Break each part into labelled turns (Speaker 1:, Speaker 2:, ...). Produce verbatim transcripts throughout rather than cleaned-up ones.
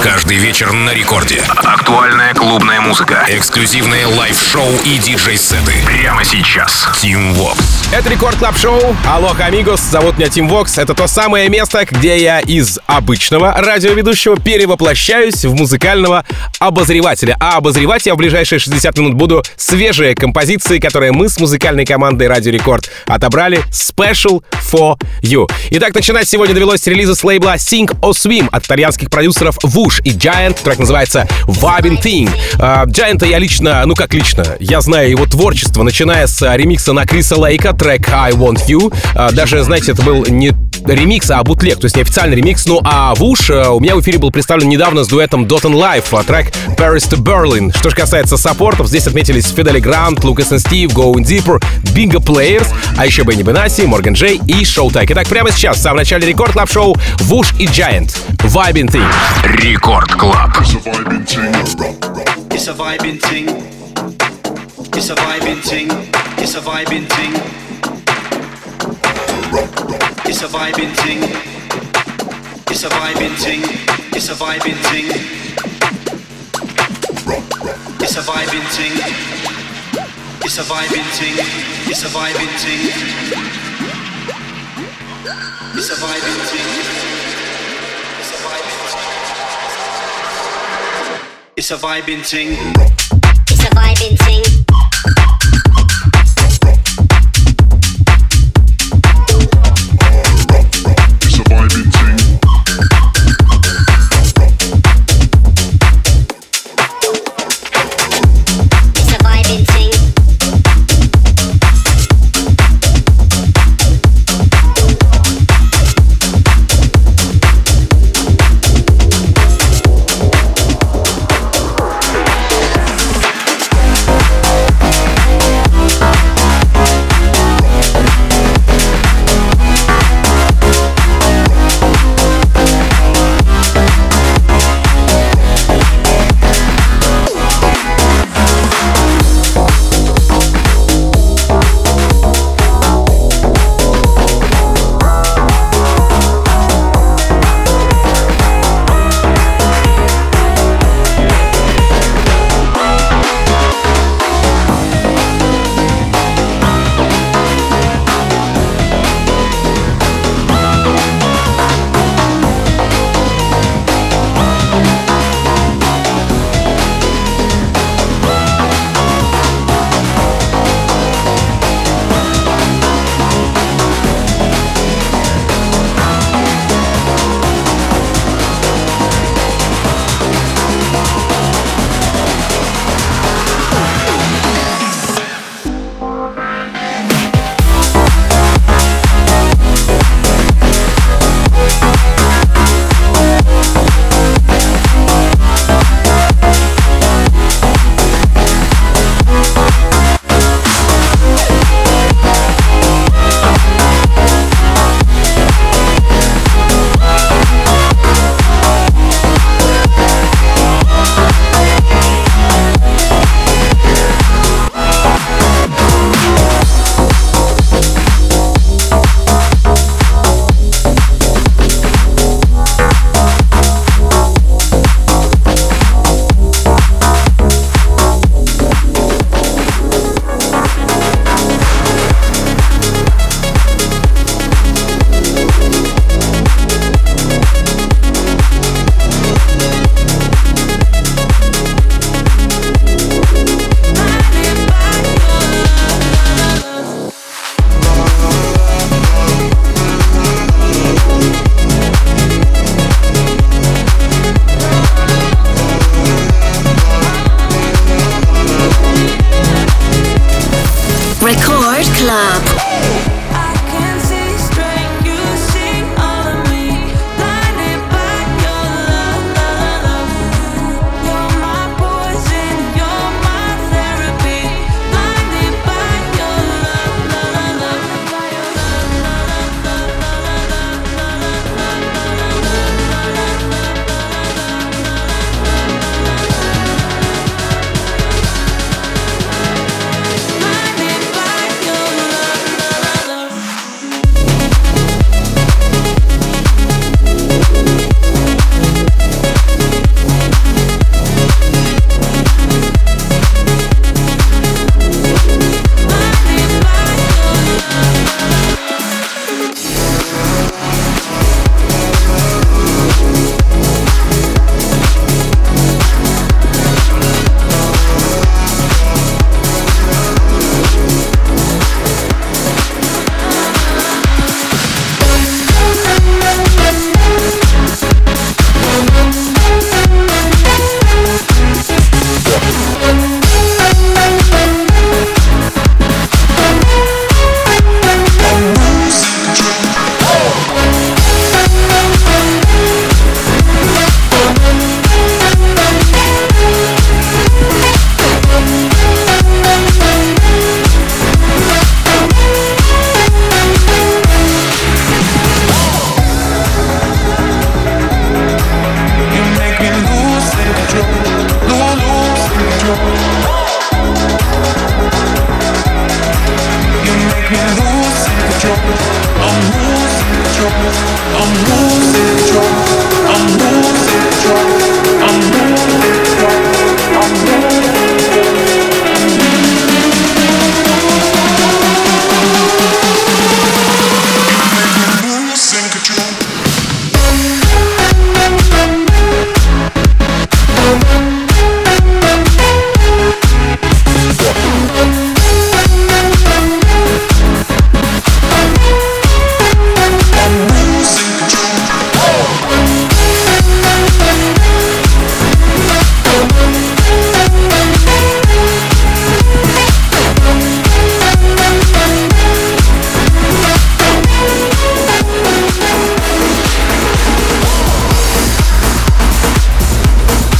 Speaker 1: Каждый вечер на рекорде. Актуальная клубная музыка, эксклюзивные лайв-шоу и диджей-сеты. Прямо сейчас. Team Vox.
Speaker 2: Это Рекорд Клаб Шоу. Алло, амигос. Зовут меня Team Vox. Это то самое место, где я из обычного радиоведущего перевоплощаюсь в музыкального обозревателя. А обозревать я в ближайшие шестьдесят минут буду свежие композиции, которые мы с музыкальной командой Радио Рекорд отобрали Special for You. Итак, начинать сегодня довелось с релиза с лейбла Sink or Swim от итальянских продюсеров Woosh и Giant. Трек называется Vibing Thing. Giant я лично, ну как лично, я знаю его творчество, начиная с ремикса на Криса Лейка, трек I Want You. Даже, знаете, это был не ремикс, а бутлег, то есть не официальный ремикс. Ну а Woosh у меня в эфире был представлен недавно с дуэтом Dot and Life, трек Paris to Berlin. Что же касается саппортов, здесь отметились Фидели Грант, Lucas and Steve, Going Deeper, Bingo Players, а еще Бенни Бенаси, Морган Джей и Showtime. Итак, прямо сейчас, в самом начале Рекорд Клаб Шоу, Woosh и Giant. Vibing Thing.
Speaker 1: Рекорд Клаб.
Speaker 3: It's a vibing thing. It's a vibing thing. It's a vibing thing. It's a vibing thing. It's a vibing thing. It's a vibing thing. It's a vibing thing. It's a vibing thing. It's a vibing thing. It's a vibing thing. It's a vibing thing. It's a vibing thing.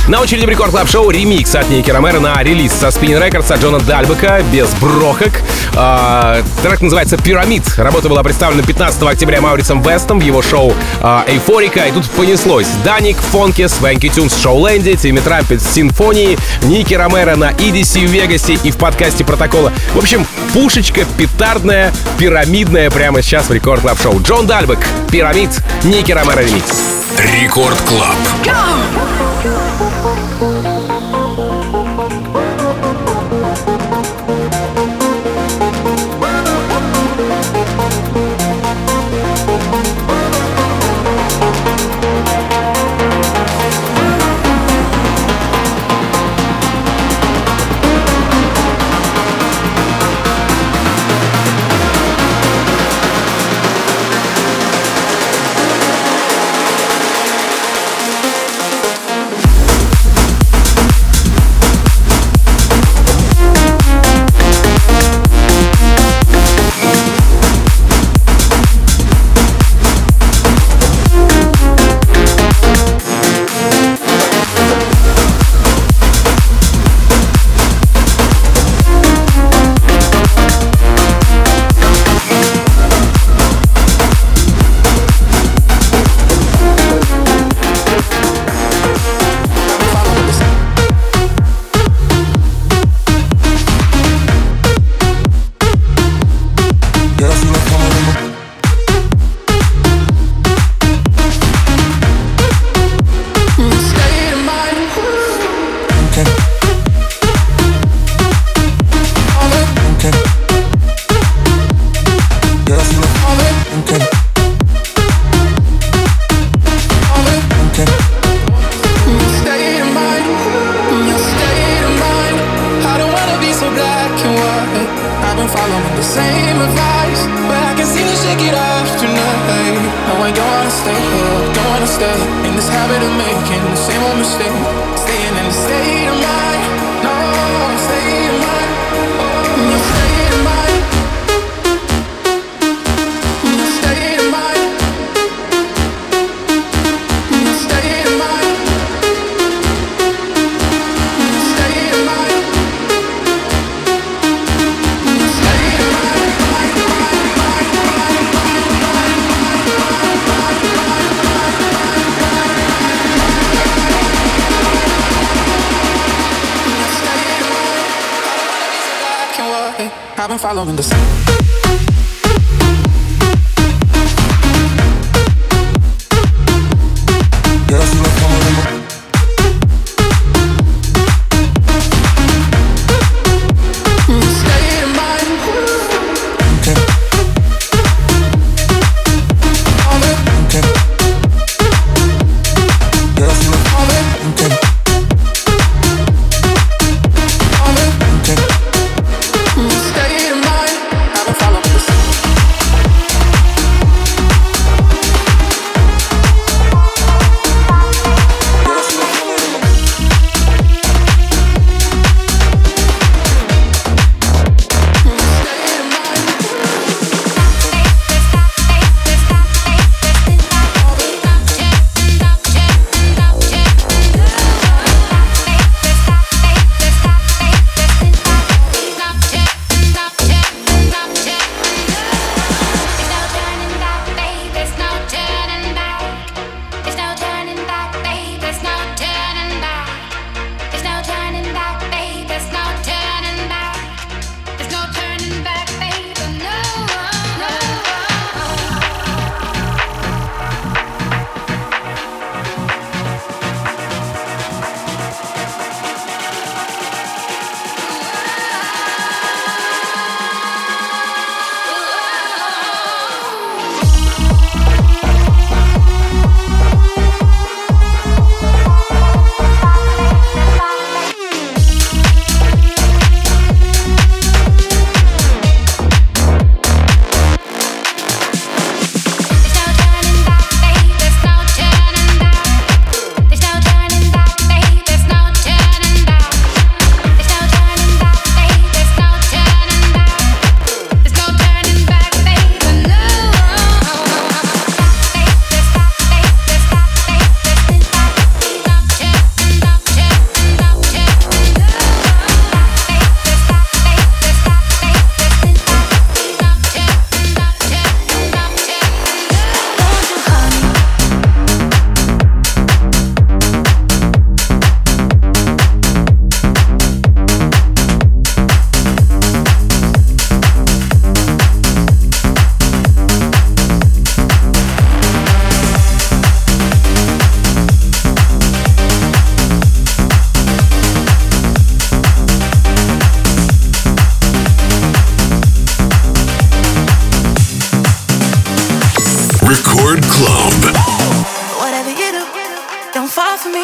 Speaker 2: На очереди в Рекорд Клаб Шоу ремикс от Ники Ромеро на релиз со Spinning Records от Джона Дальбека без брохок. А, трек называется «Пирамид». Работа была представлена пятнадцатого октября Маурицем Вестом в его шоу а, «Эйфорика». И тут понеслось. Даник, Фонкис, Венки Тюнс в Шоуленде, Тимми Трампет с «Симфонией», Ники Ромеро на и ди си в Вегасе и в подкасте «Протокола». В общем, пушечка петардная, пирамидная прямо сейчас в Рекорд Клаб Шоу. Джон Дальбек, «Пирамид», Ники Ромеро ремикс.
Speaker 1: Рекорд Клаб.
Speaker 4: I've been following the sun.
Speaker 1: Record Club.
Speaker 4: Whatever you do, don't fall for me.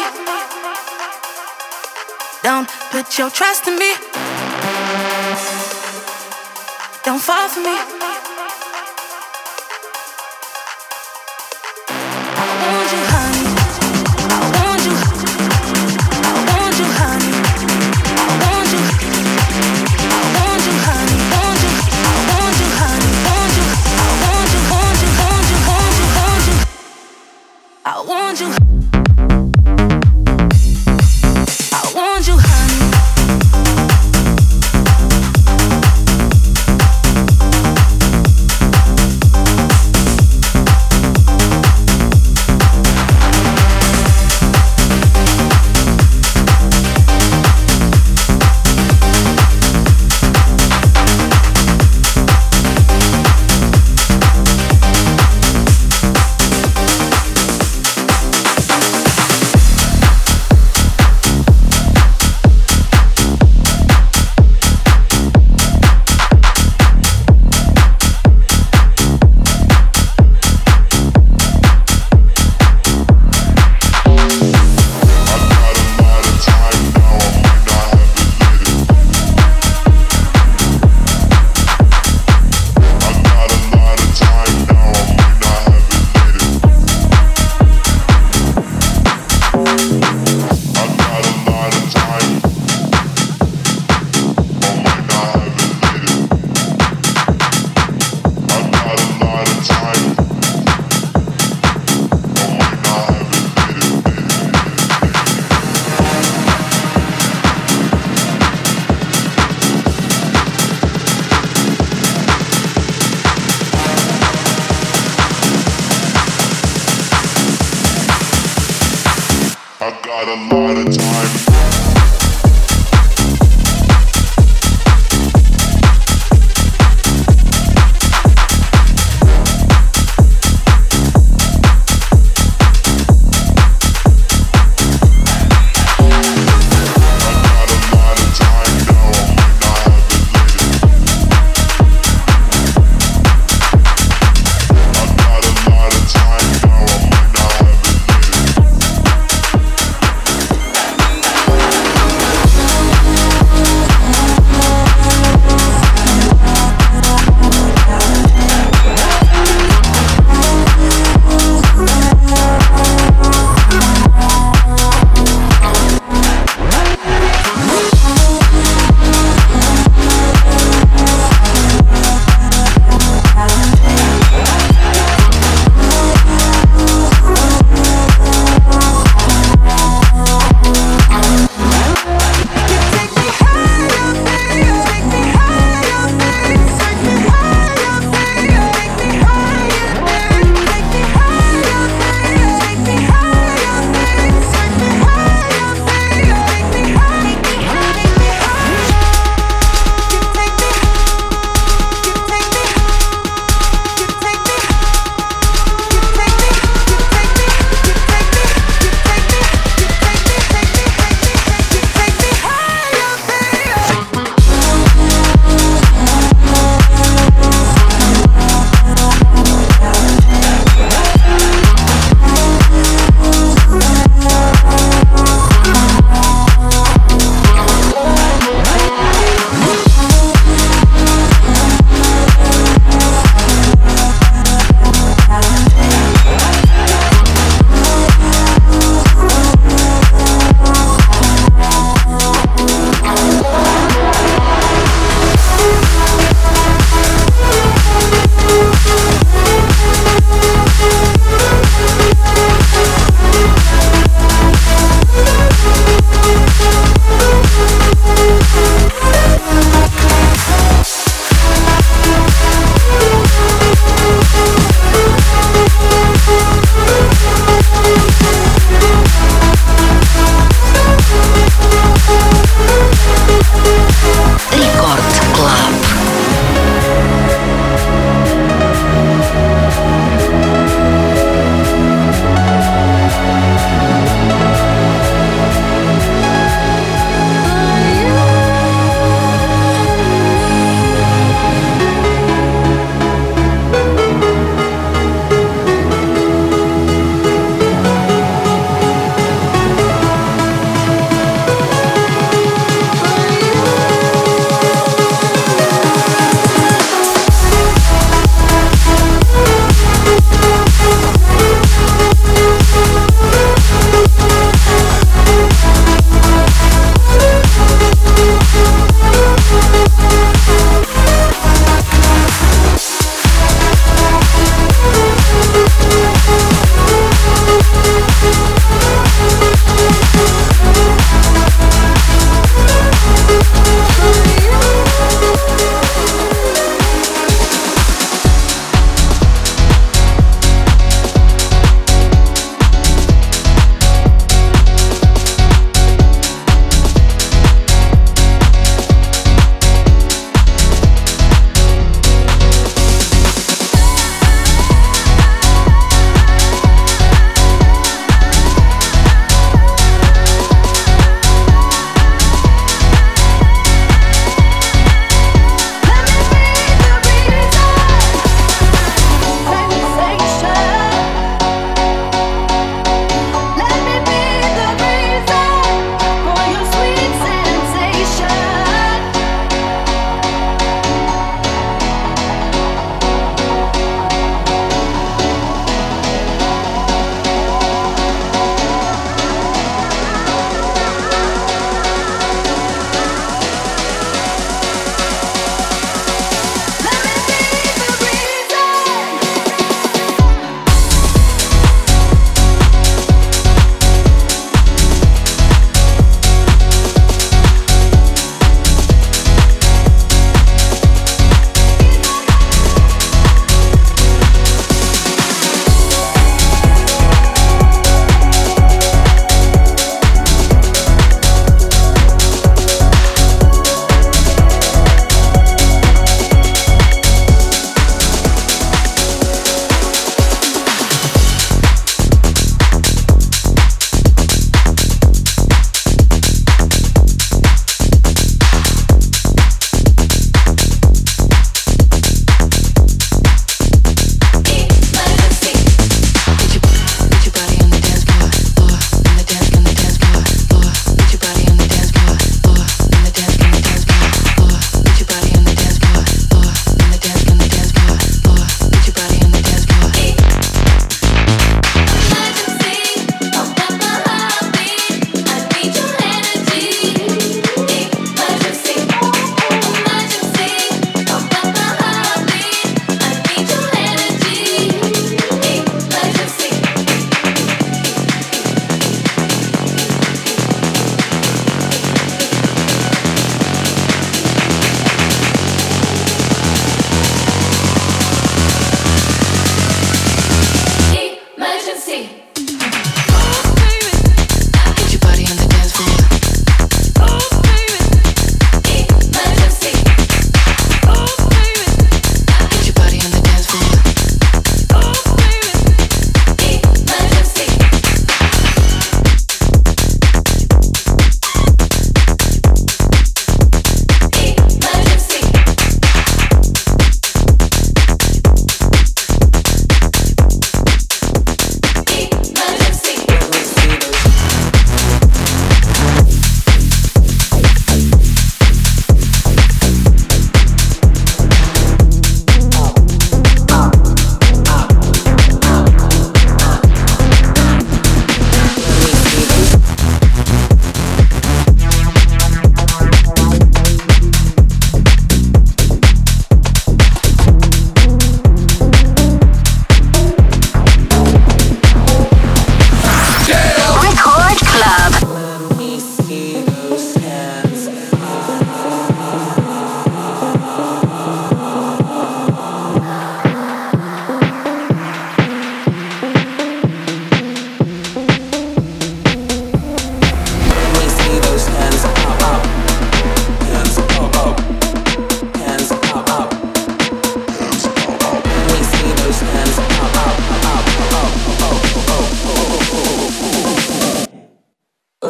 Speaker 4: Don't put your trust in me. Don't fall for me. I want you, honey. I want you. I want you, honey. I want you. I want you, honey. Want you. I want you, honey. Want you. I want you. Want you. Want you. Want you. Want you. I want you. I want you, honey.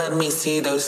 Speaker 5: let me see those.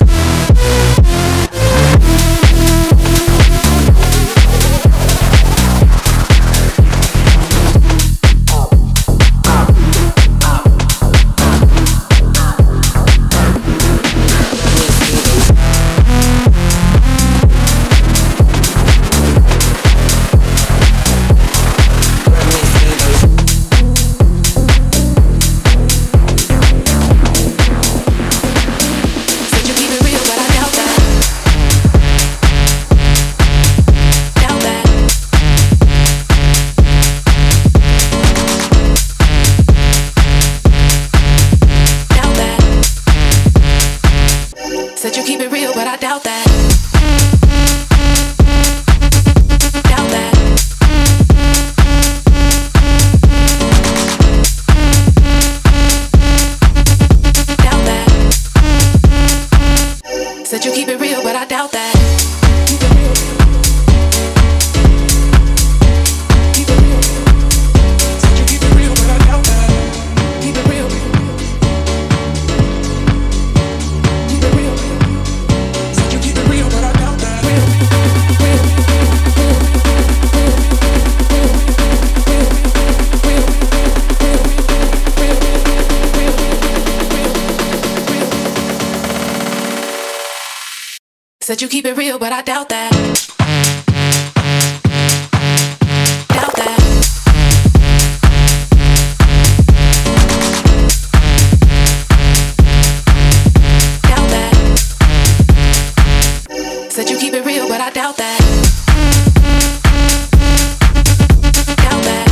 Speaker 4: Said you keep it real, but I doubt that. Doubt that. Doubt that. Said you keep it real, but I doubt that. Said you keep it real, but I doubt that. Doubt that. Doubt that. Said you keep it real, but I doubt that. Doubt that.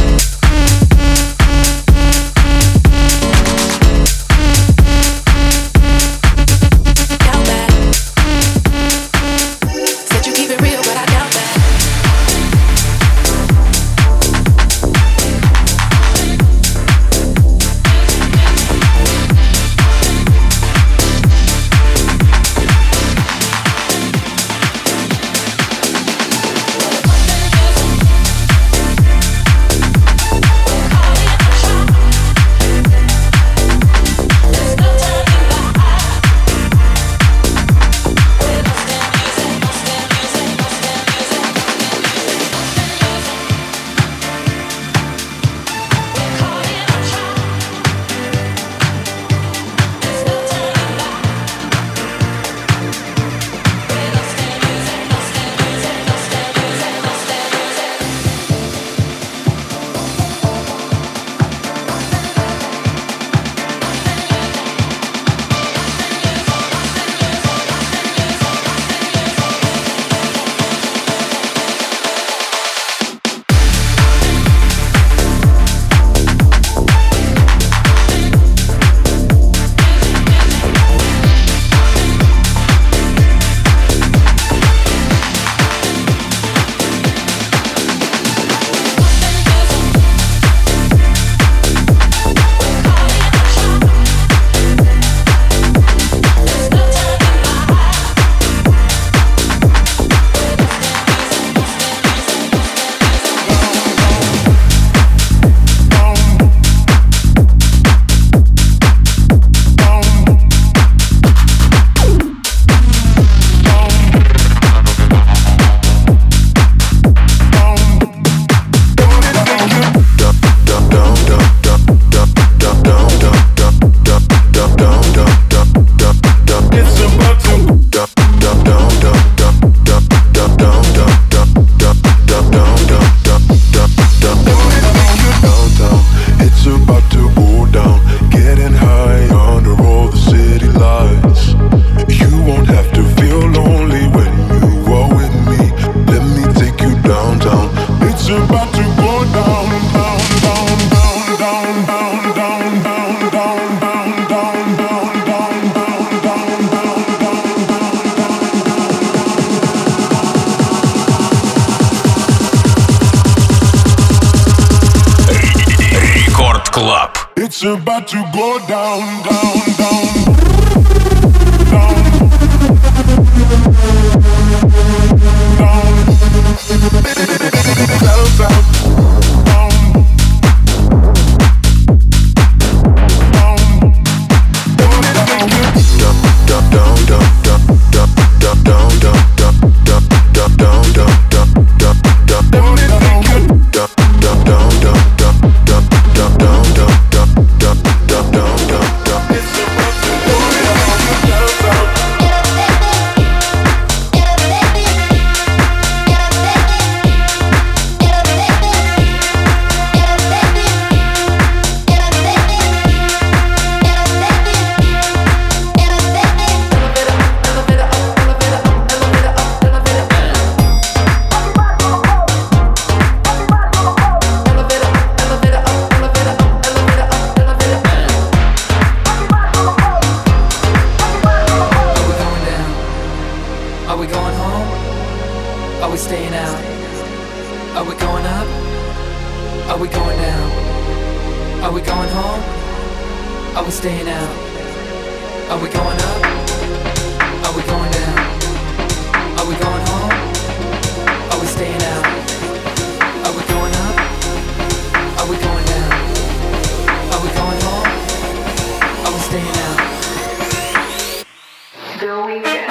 Speaker 4: Doubt that. Said you keep it real, but I doubt that.
Speaker 6: It's about to go down, down, down, down, down. Bells out, down, down, down, down, down.
Speaker 5: staying out? Are we going up? Are we going down? Are we going home? Are we staying out? Are we going up? Are we going down? Are we going home? Are we staying out? Are we going up? Are we going down? Are we going home? Are we staying out? The Weeknd.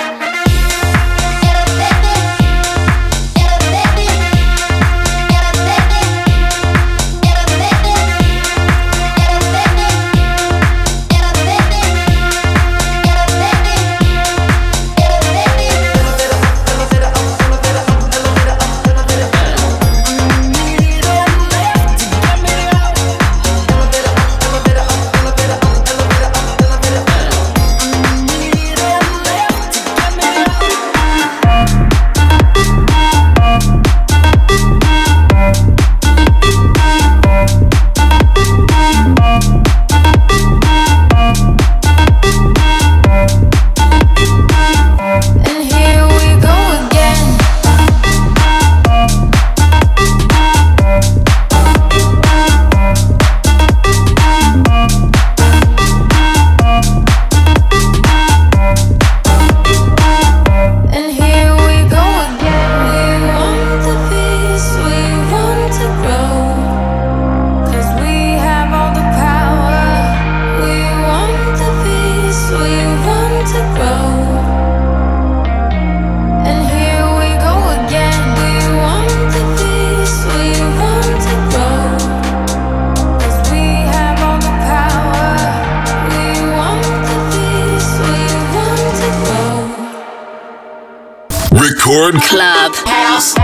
Speaker 1: Record Club House.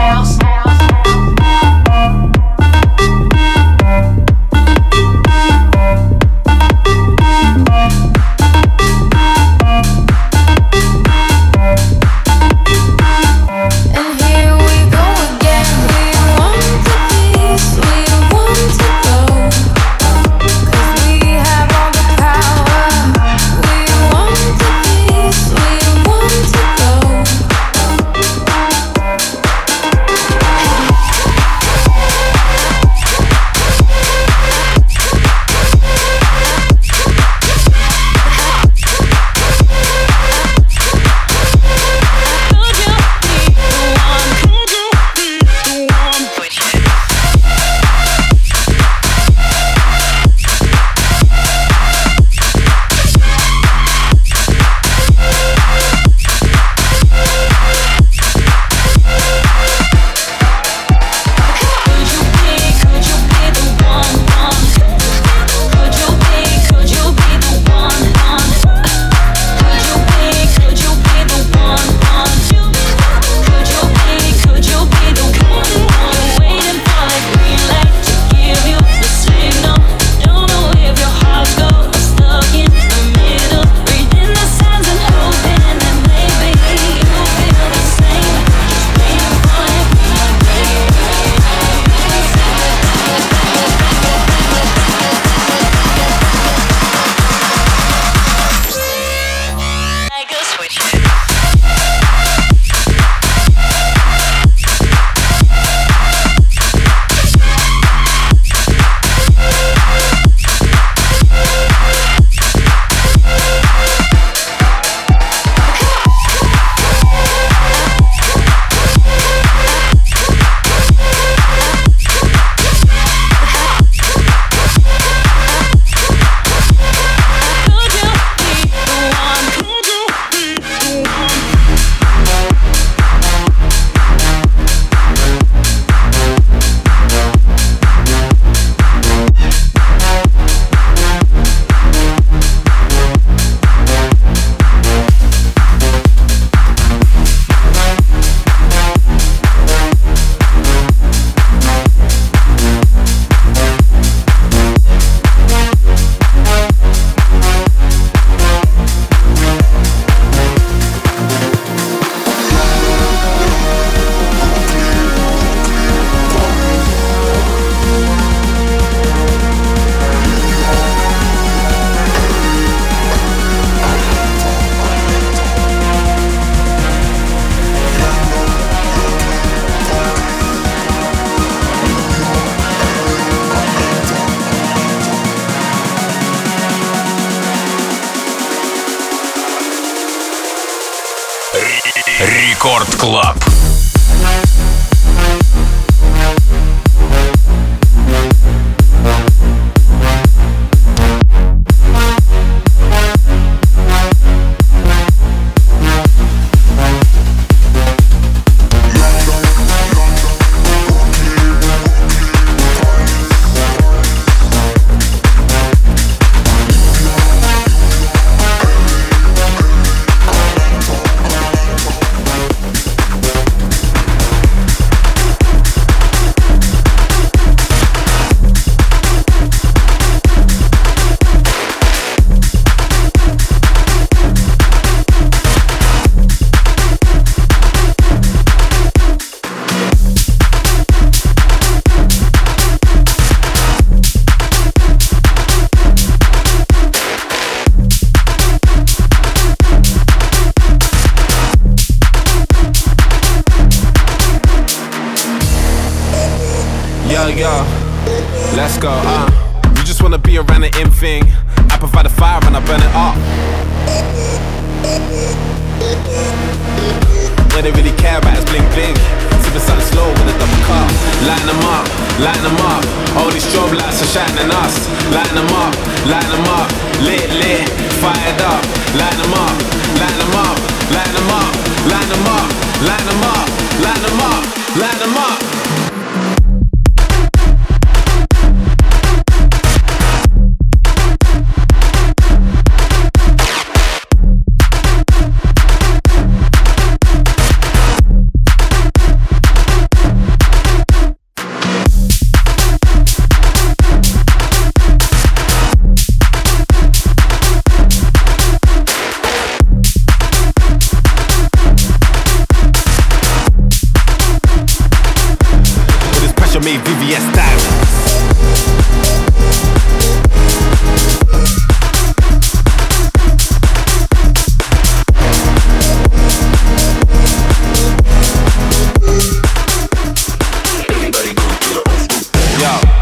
Speaker 7: We'll be right back.
Speaker 1: Рекорд Клаб.
Speaker 7: Yo, let's go, uh You just wanna be around the M thing. I provide the fire and I burn it up. What they really care about is bling bling. Sipping something slow with a double cup. Lighten them up, lighten them up. All these strobe lights are shining us. Lighten them up, lighten them up. Lit, lit, fired up. Lighten them up, lighten them up. Lighten them up, lighten them up. Lighten them up, lighten them up. Lighten them up. Me V V S diamonds. Everybody go to the Yo.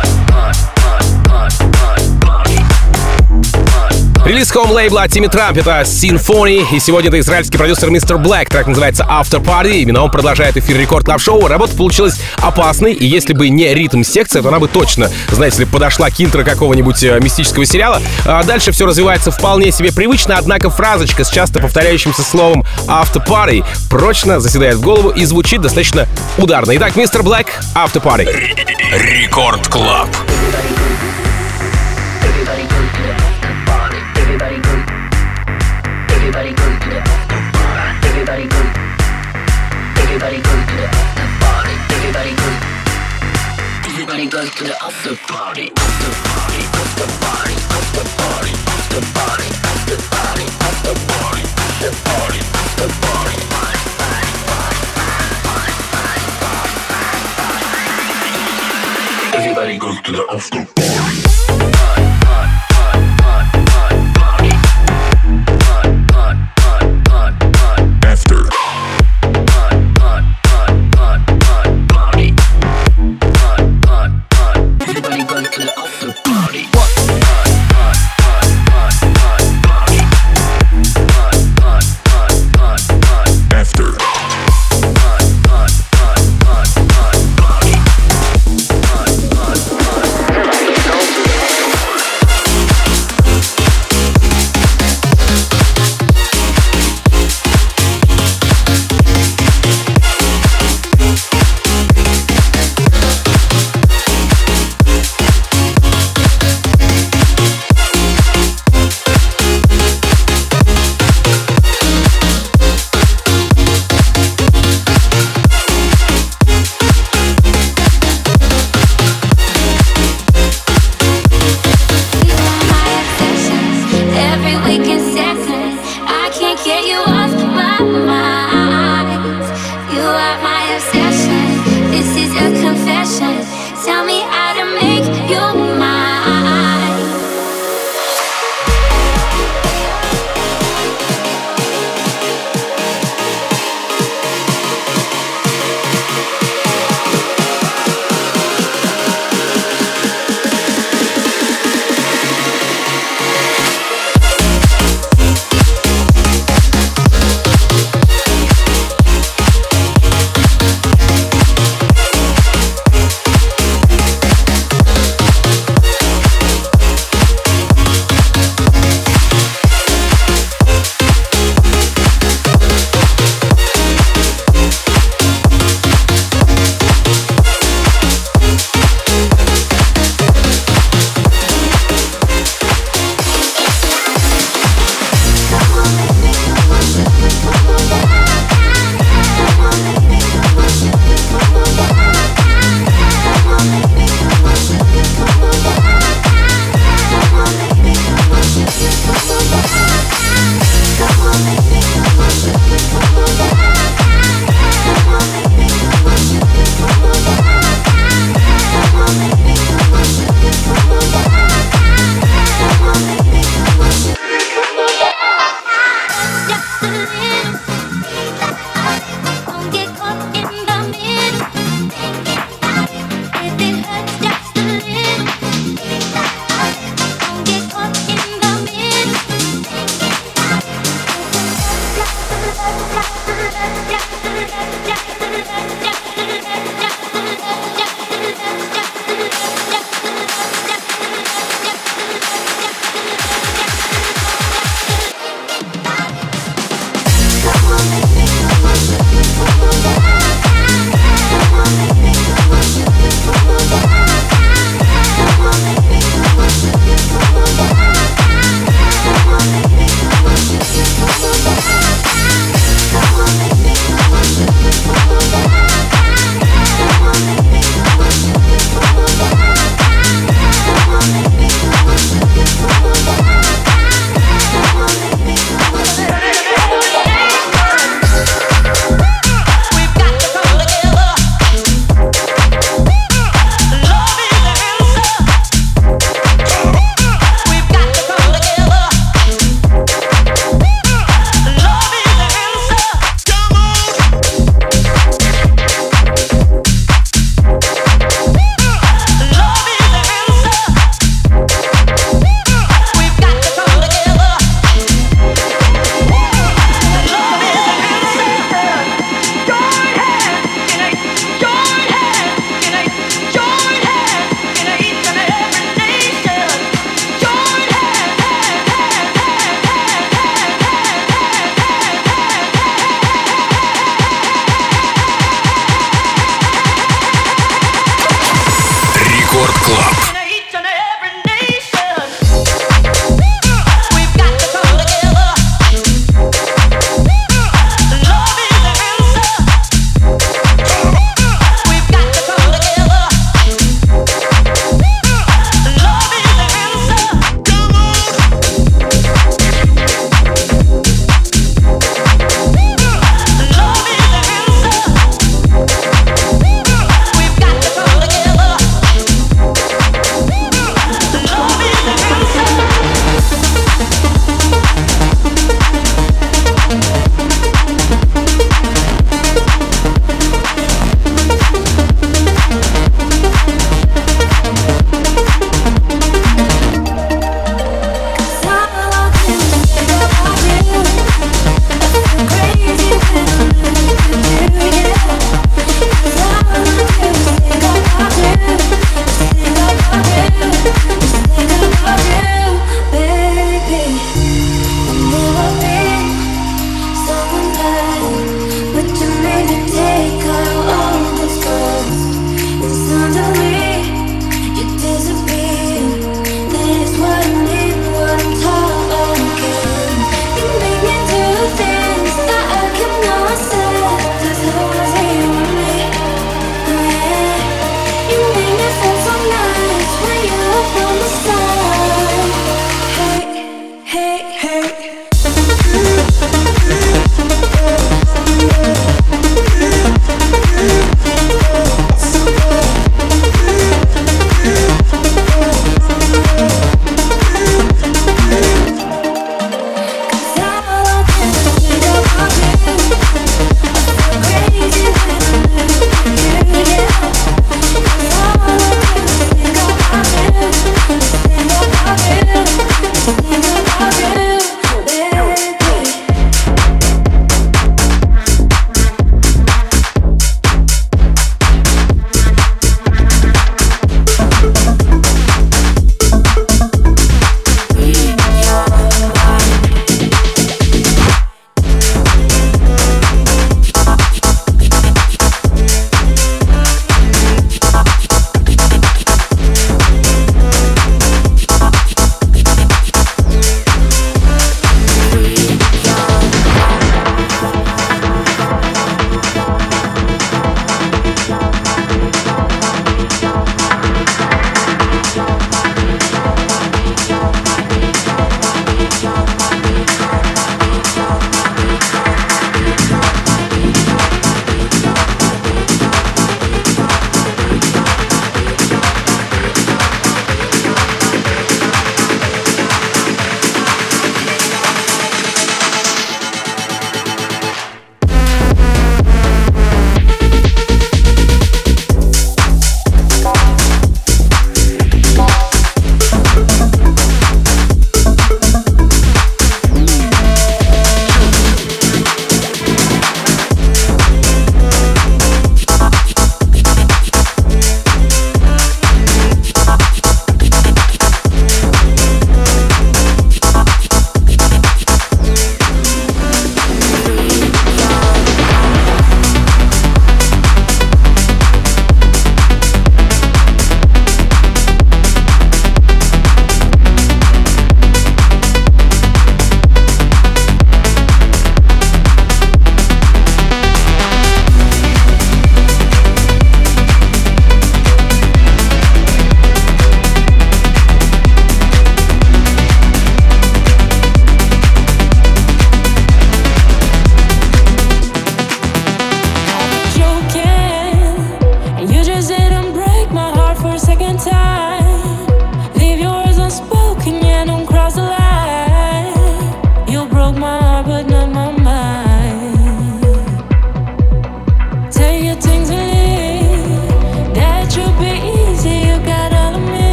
Speaker 2: Релиз хоум-лейбла Тимми Трампета Symphony, и сегодня это израильский продюсер мистер Black, трек называется After Party, именно он продолжает эфир Рекорд Клаб Шоу. Работа получилась опасной, и если бы не ритм-секция, то она бы точно, знаете ли, подошла к интро какого-нибудь мистического сериала. А дальше все развивается вполне себе привычно, однако фразочка с часто повторяющимся словом After Party прочно заседает в голову и звучит достаточно ударно. Итак, мистер Black, After Party.
Speaker 1: Рекорд Клаб.
Speaker 8: Everybody go to the after party. Everybody go. Everybody go to the after party. Everybody go. Everybody goes to the after party. After party. After party. After party. After party. After party. After party. After party. After party. Everybody goes to the after party.
Speaker 9: We've got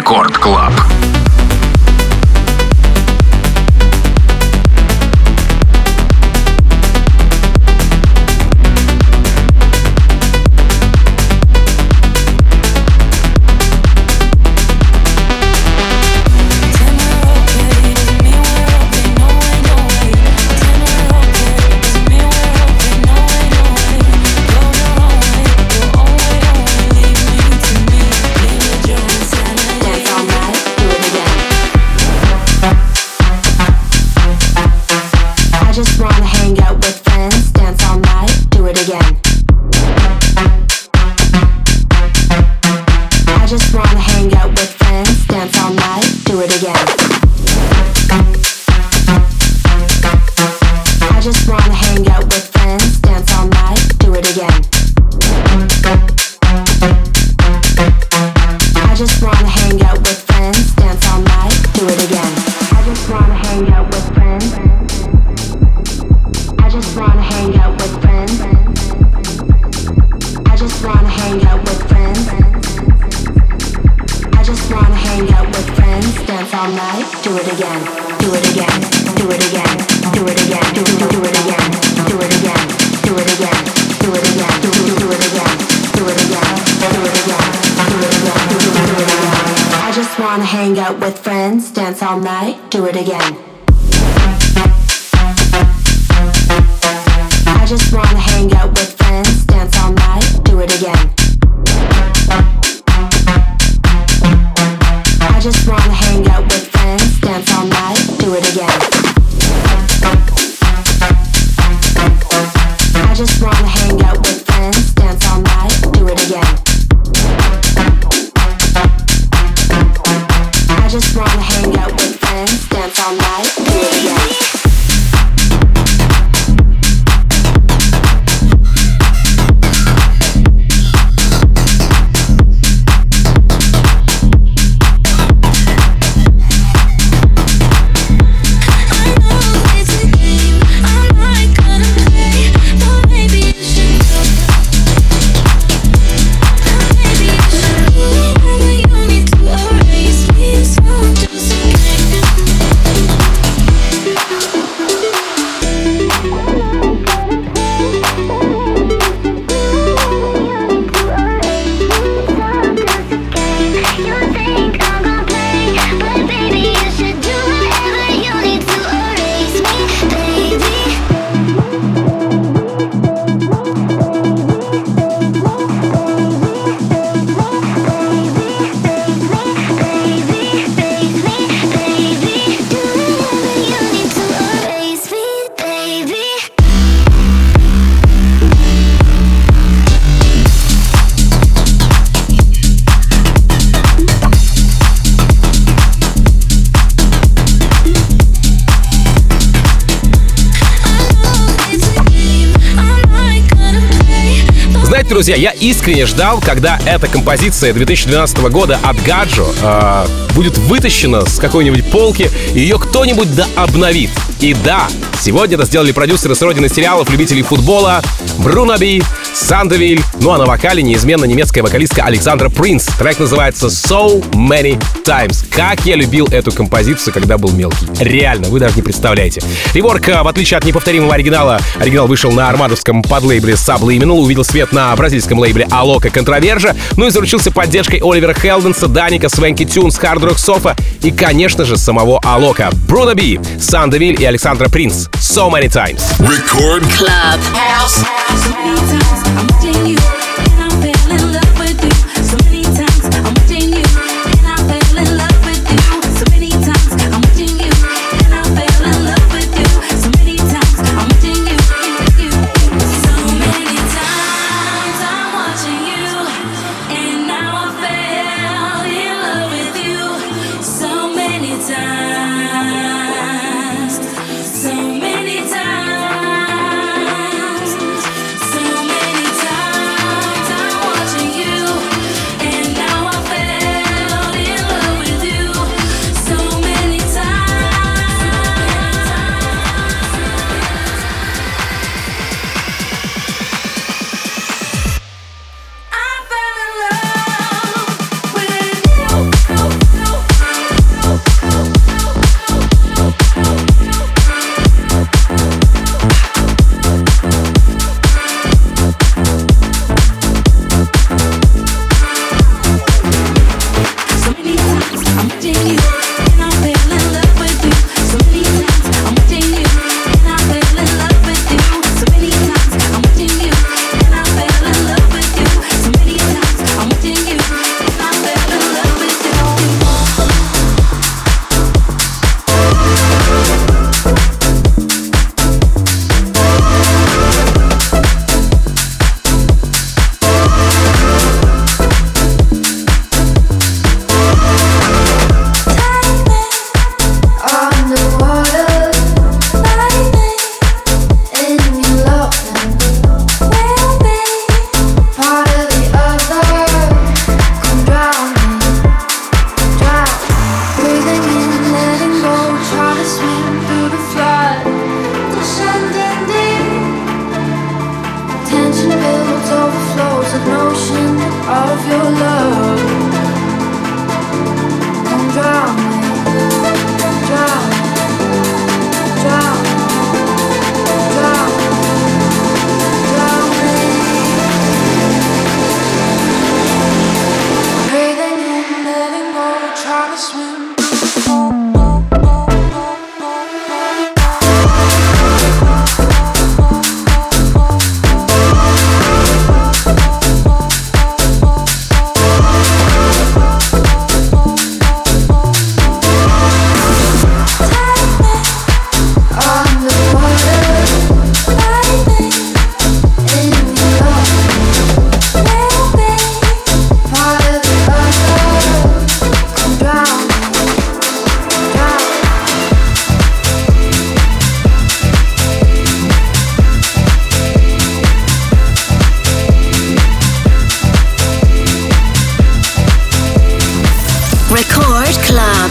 Speaker 1: Рекорд Клаб.
Speaker 2: Друзья, я искренне ждал, когда эта композиция две тысячи двенадцатого года от Гаджо э, будет вытащена с какой-нибудь полки, и ее кто-нибудь да обновит. И да, сегодня это сделали продюсеры с родины сериалов, любителей футбола, Бруно Би, Сандевиль, ну а на вокале неизменно немецкая вокалистка Александра Принц. Трек называется So Many Times. Как я любил эту композицию, когда был мелкий. Реально, вы даже не представляете. Реворк, в отличие от неповторимого оригинала, оригинал вышел на армадовском подлейбле Subliminal, увидел свет на бразильском лейбле Алока Контровержа, ну и заручился поддержкой Оливера Хелденса, Даника, Свенки Тюнс, Хард Рок Софа и, конечно же, самого Алока. Бруно Би, Сандевиль и Александра Принц. So Many Times.
Speaker 1: Record
Speaker 4: Club. House. So many times I'm watching you and I fell in love with you. So many times I'm watching you and I fell in love with you. So many times I'm watching you and I fell in love with you. So many times I'm watching you, you. So many times I'm watching you and now I fell in love with you. So many times, so many times. So many times of your love. Come drown me, drown, drown, drown, drown me. Breathing in, letting go, try to swim.
Speaker 9: Record Club.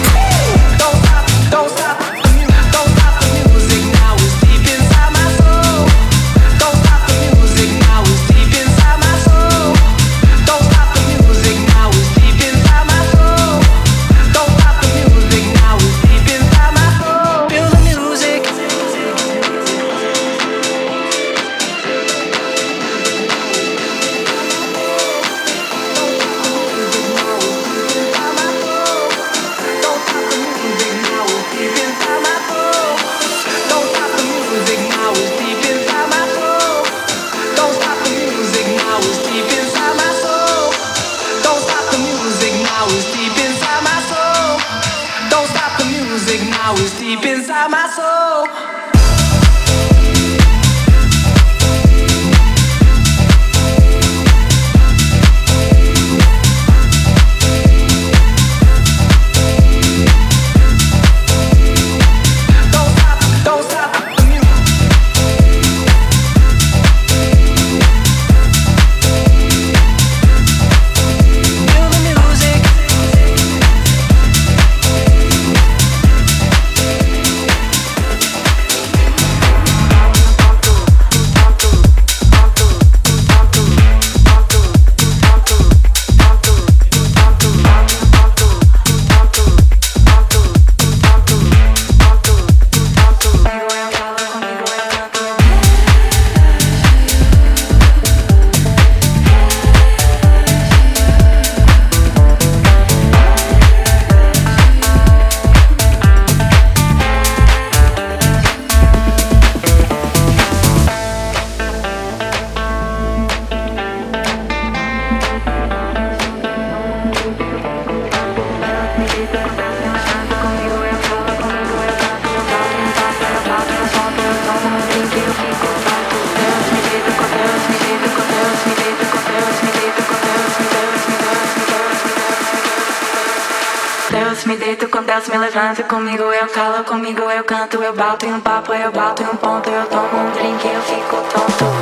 Speaker 4: Deus me deito, com Deus me levanta. Comigo eu calo, comigo eu canto. Eu bato em um papo, eu bato em um ponto. Eu tomo um drink, eu fico tonto.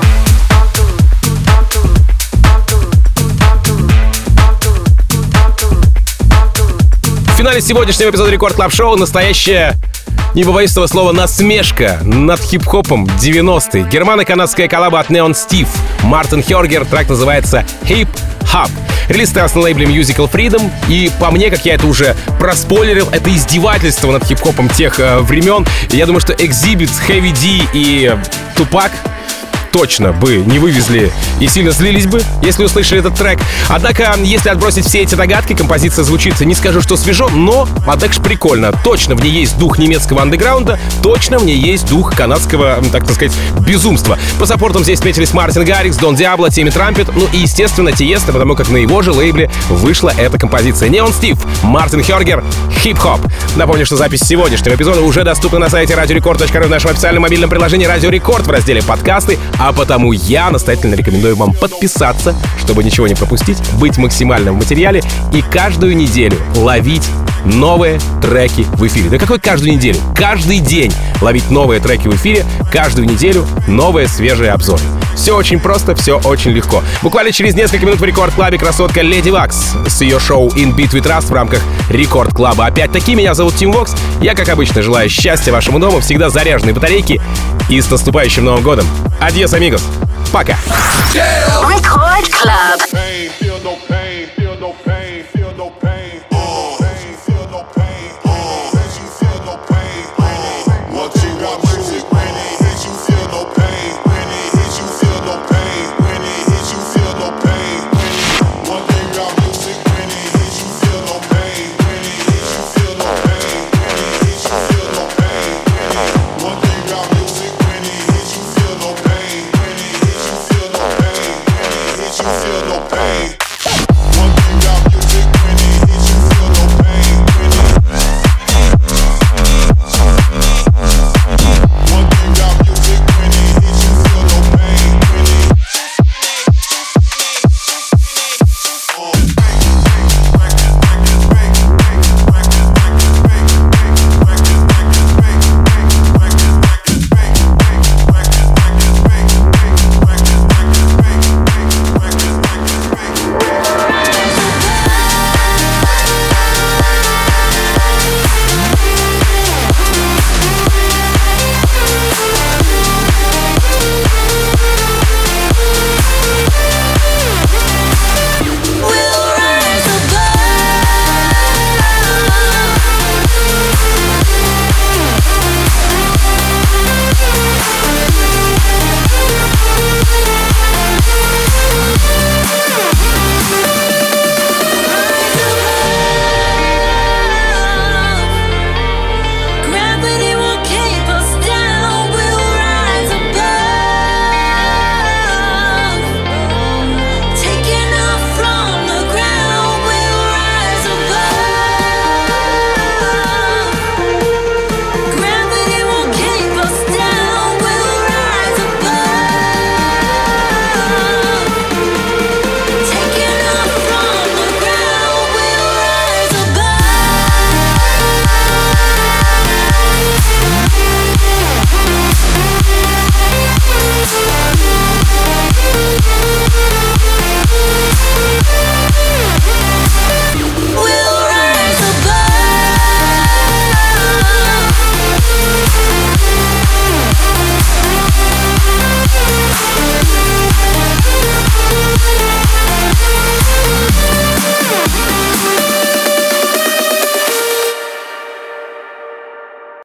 Speaker 2: В финале сегодняшнего эпизода Рекорд Клаб Шоу настоящая, не побоюсь этого слова, насмешка над хип-хопом девяностых. Германо-канадская коллаба от Neon Steve, Мартин Хёргер, трек называется Hip Hop. Релиз стоялся на лейбле Musical Freedom, и по мне, как я это уже проспойлерил, это издевательство над хип-хопом тех э, времен. Я думаю, что Exhibit, Heavy D и Tupac точно бы не вывезли и сильно злились бы, если услышали этот трек. Однако, если отбросить все эти догадки, композиция звучит, не скажу, что свежо, но, однако ж прикольно. Точно в ней есть дух немецкого андеграунда, точно в ней есть дух канадского, так сказать, безумства. По саппортам здесь встретились Мартин Гаррикс, Дон Диабло, Тимми Трампет, ну и, естественно, Тиеста, потому как на его же лейбле вышла эта композиция. Neon Steve, Мартин Хёргер, хип-хоп. Напомню, что запись сегодняшнего эпизода уже доступна на сайте радиорекорд точка ру в нашем официальном мобильном приложении Радио Рекорд в разделе «Подкасты», а потому я настоятельно рекомендую вам подписаться, чтобы ничего не пропустить, быть максимально в материале и каждую неделю ловить новые треки в эфире. Да какой каждую неделю? Каждый день ловить новые треки в эфире, каждую неделю новые свежие обзоры. Все очень просто, все очень легко. Буквально через несколько минут в Рекорд Клабе красотка Леди Вакс с ее шоу In Beat with Rust в рамках Рекорд Клаба. Опять-таки, меня зовут Тим Вокс. Я, как обычно, желаю счастья вашему дому, всегда заряженные батарейки и с наступающим Новым годом. Адьос, амигос. Пока.
Speaker 9: Record Club.